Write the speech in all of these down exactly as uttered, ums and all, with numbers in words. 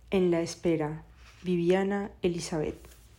En la espera, Viviana Elizabeth.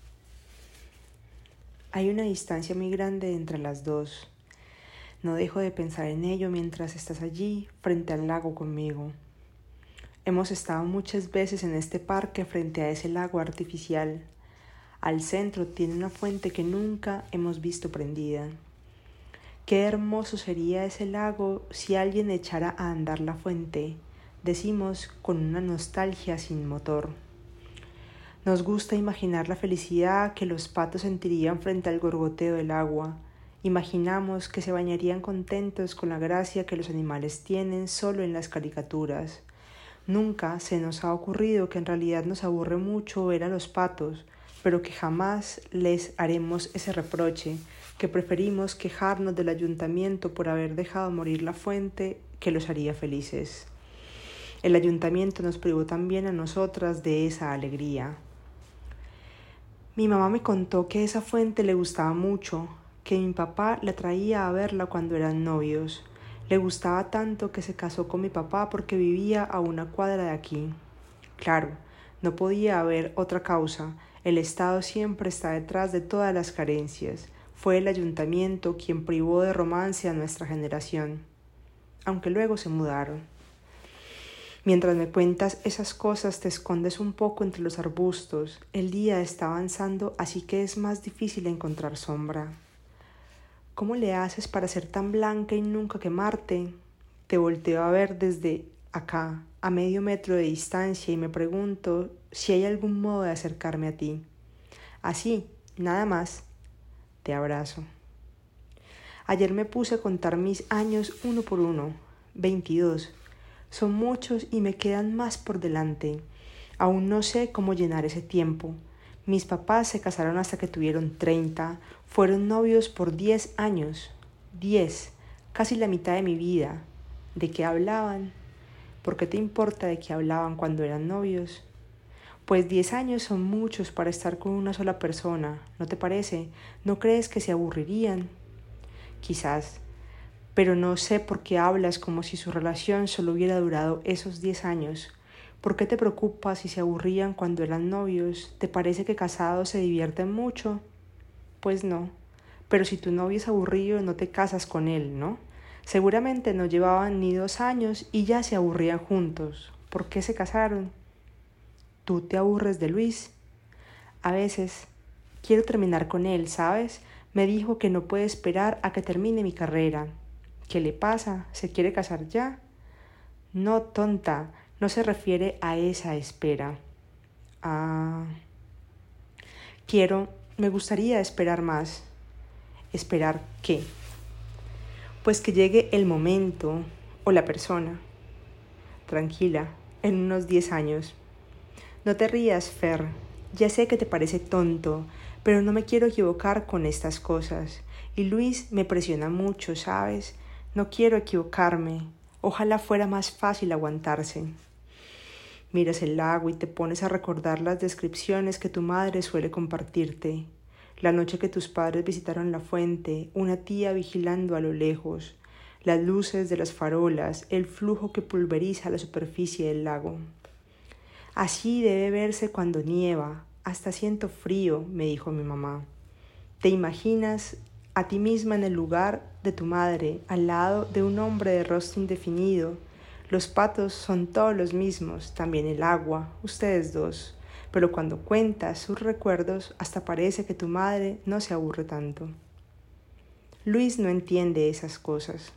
Hay una distancia muy grande entre las dos. No dejo de pensar en ello mientras estás allí, frente al lago conmigo. Hemos estado muchas veces en este parque frente a ese lago artificial. Al centro tiene una fuente que nunca hemos visto prendida. Qué hermoso sería ese lago si alguien echara a andar la fuente, decimos con una nostalgia sin motor. Nos gusta imaginar la felicidad que los patos sentirían frente al gorgoteo del agua. Imaginamos que se bañarían contentos con la gracia que los animales tienen solo en las caricaturas. Nunca se nos ha ocurrido que en realidad nos aburre mucho ver a los patos, pero que jamás les haremos ese reproche, que preferimos quejarnos del ayuntamiento por haber dejado morir la fuente que los haría felices. El ayuntamiento nos privó también a nosotras de esa alegría. Mi mamá me contó que esa fuente le gustaba mucho, que mi papá la traía a verla cuando eran novios. Le gustaba tanto que se casó con mi papá porque vivía a una cuadra de aquí. Claro, no podía haber otra causa. El Estado siempre está detrás de todas las carencias. Fue el ayuntamiento quien privó de romance a nuestra generación, aunque luego se mudaron. Mientras me cuentas esas cosas te escondes un poco entre los arbustos. El día está avanzando, así que es más difícil encontrar sombra. ¿Cómo le haces para ser tan blanca y nunca quemarte? Te volteo a ver desde acá, a medio metro de distancia, y me pregunto si hay algún modo de acercarme a ti. Así, nada más, te abrazo. Ayer me puse a contar mis años uno por uno, veintidós. Son muchos y me quedan más por delante. Aún no sé cómo llenar ese tiempo. Mis papás se casaron hasta que tuvieron treinta. Fueron novios por diez años. diez, casi la mitad de mi vida. ¿De qué hablaban? ¿Por qué te importa de qué hablaban cuando eran novios? Pues diez años son muchos para estar con una sola persona, ¿no te parece? ¿No crees que se aburrirían? Quizás. Pero no sé por qué hablas como si su relación solo hubiera durado esos diez años. ¿Por qué te preocupas si se aburrían cuando eran novios? ¿Te parece que casados se divierten mucho? Pues no. Pero si tu novio es aburrido, no te casas con él, ¿no? Seguramente no llevaban ni dos años y ya se aburrían juntos. ¿Por qué se casaron? ¿Tú te aburres de Luis? A veces. Quiero terminar con él, ¿sabes? Me dijo que no puede esperar a que termine mi carrera. ¿Qué le pasa? ¿Se quiere casar ya? No, tonta, no se refiere a esa espera. Ah. Quiero, me gustaría esperar más. ¿Esperar qué? Pues que llegue el momento o la persona. Tranquila, en unos diez años. No te rías, Fer. Ya sé que te parece tonto, pero no me quiero equivocar con estas cosas. Y Luis me presiona mucho, ¿sabes? No quiero equivocarme. Ojalá fuera más fácil aguantarse. Miras el lago y te pones a recordar las descripciones que tu madre suele compartirte. La noche que tus padres visitaron la fuente, una tía vigilando a lo lejos, las luces de las farolas, el flujo que pulveriza la superficie del lago. Así debe verse cuando nieva. Hasta siento frío, me dijo mi mamá. ¿Te imaginas a ti misma en el lugar de tu madre, al lado de un hombre de rostro indefinido? Los patos son todos los mismos, también el agua, ustedes dos. Pero cuando cuentas sus recuerdos, hasta parece que tu madre no se aburre tanto. Luis no entiende esas cosas.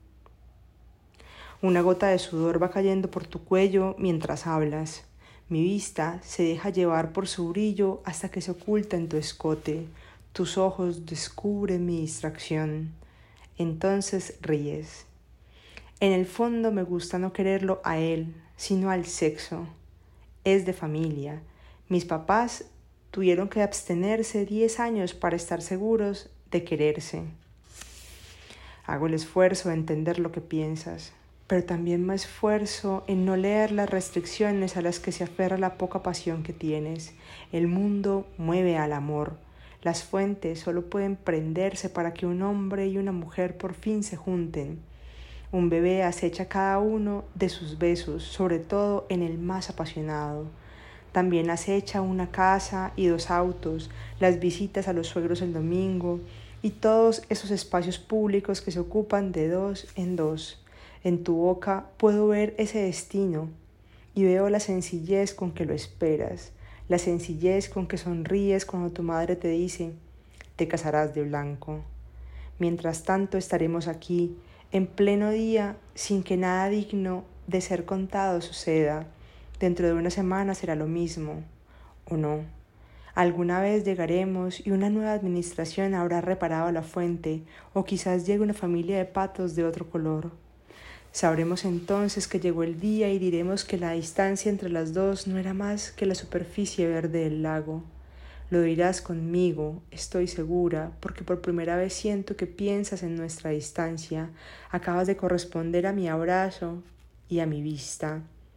Una gota de sudor va cayendo por tu cuello mientras hablas. Mi vista se deja llevar por su brillo hasta que se oculta en tu escote. Tus ojos descubren mi distracción. Entonces ríes. En el fondo me gusta no quererlo a él, sino al sexo. Es de familia. Mis papás tuvieron que abstenerse diez años para estar seguros de quererse. Hago el esfuerzo de entender lo que piensas, pero también me esfuerzo en no leer las restricciones a las que se aferra la poca pasión que tienes. El mundo mueve al amor. Las fuentes solo pueden prenderse para que un hombre y una mujer por fin se junten. Un bebé acecha cada uno de sus besos, sobre todo en el más apasionado. También acecha una casa y dos autos, las visitas a los suegros el domingo y todos esos espacios públicos que se ocupan de dos en dos. En tu boca puedo ver ese destino y veo la sencillez con que lo esperas, la sencillez con que sonríes cuando tu madre te dice, te casarás de blanco. Mientras tanto estaremos aquí, en pleno día, sin que nada digno de ser contado suceda. Dentro de una semana será lo mismo, ¿o no? Alguna vez llegaremos y una nueva administración habrá reparado la fuente, o quizás llegue una familia de patos de otro color. Sabremos entonces que llegó el día y diremos que la distancia entre las dos no era más que la superficie verde del lago. Lo dirás conmigo, estoy segura, porque por primera vez siento que piensas en nuestra distancia, acabas de corresponder a mi abrazo y a mi vista.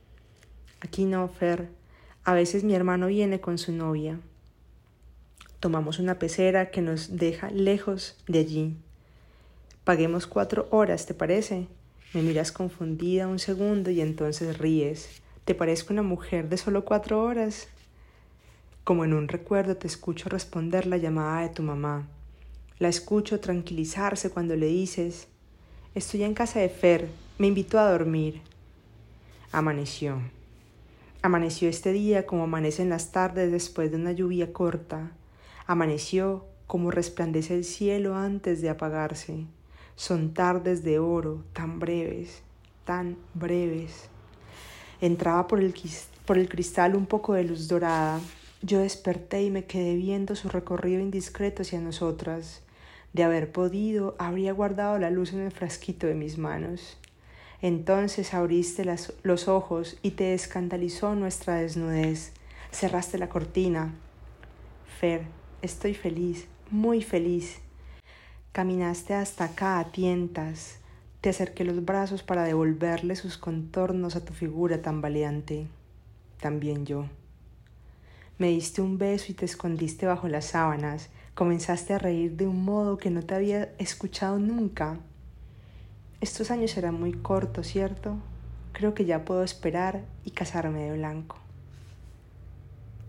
Aquí no, Fer, a veces mi hermano viene con su novia. Tomamos una pecera que nos deja lejos de allí. Paguemos cuatro horas, ¿te parece? Me miras confundida un segundo y entonces ríes. ¿Te parezco una mujer de solo cuatro horas? Como en un recuerdo te escucho responder la llamada de tu mamá. La escucho tranquilizarse cuando le dices, estoy en casa de Fer, me invitó a dormir. Amaneció. Amaneció este día como amanecen las tardes después de una lluvia corta. Amaneció como resplandece el cielo antes de apagarse. Son tardes de oro, tan breves, tan breves. Entraba por el, por el cristal un poco de luz dorada. Yo desperté y me quedé viendo su recorrido indiscreto hacia nosotras. De haber podido, habría guardado la luz en el frasquito de mis manos. Entonces abriste las, los ojos y te escandalizó nuestra desnudez. Cerraste la cortina. Fer, estoy feliz, muy feliz. Caminaste hasta acá a tientas. Te acerqué los brazos para devolverle sus contornos a tu figura tambaleante. También yo. Me diste un beso y te escondiste bajo las sábanas. Comenzaste a reír de un modo que no te había escuchado nunca. Estos años serán muy cortos, ¿cierto? Creo que ya puedo esperar y casarme de blanco.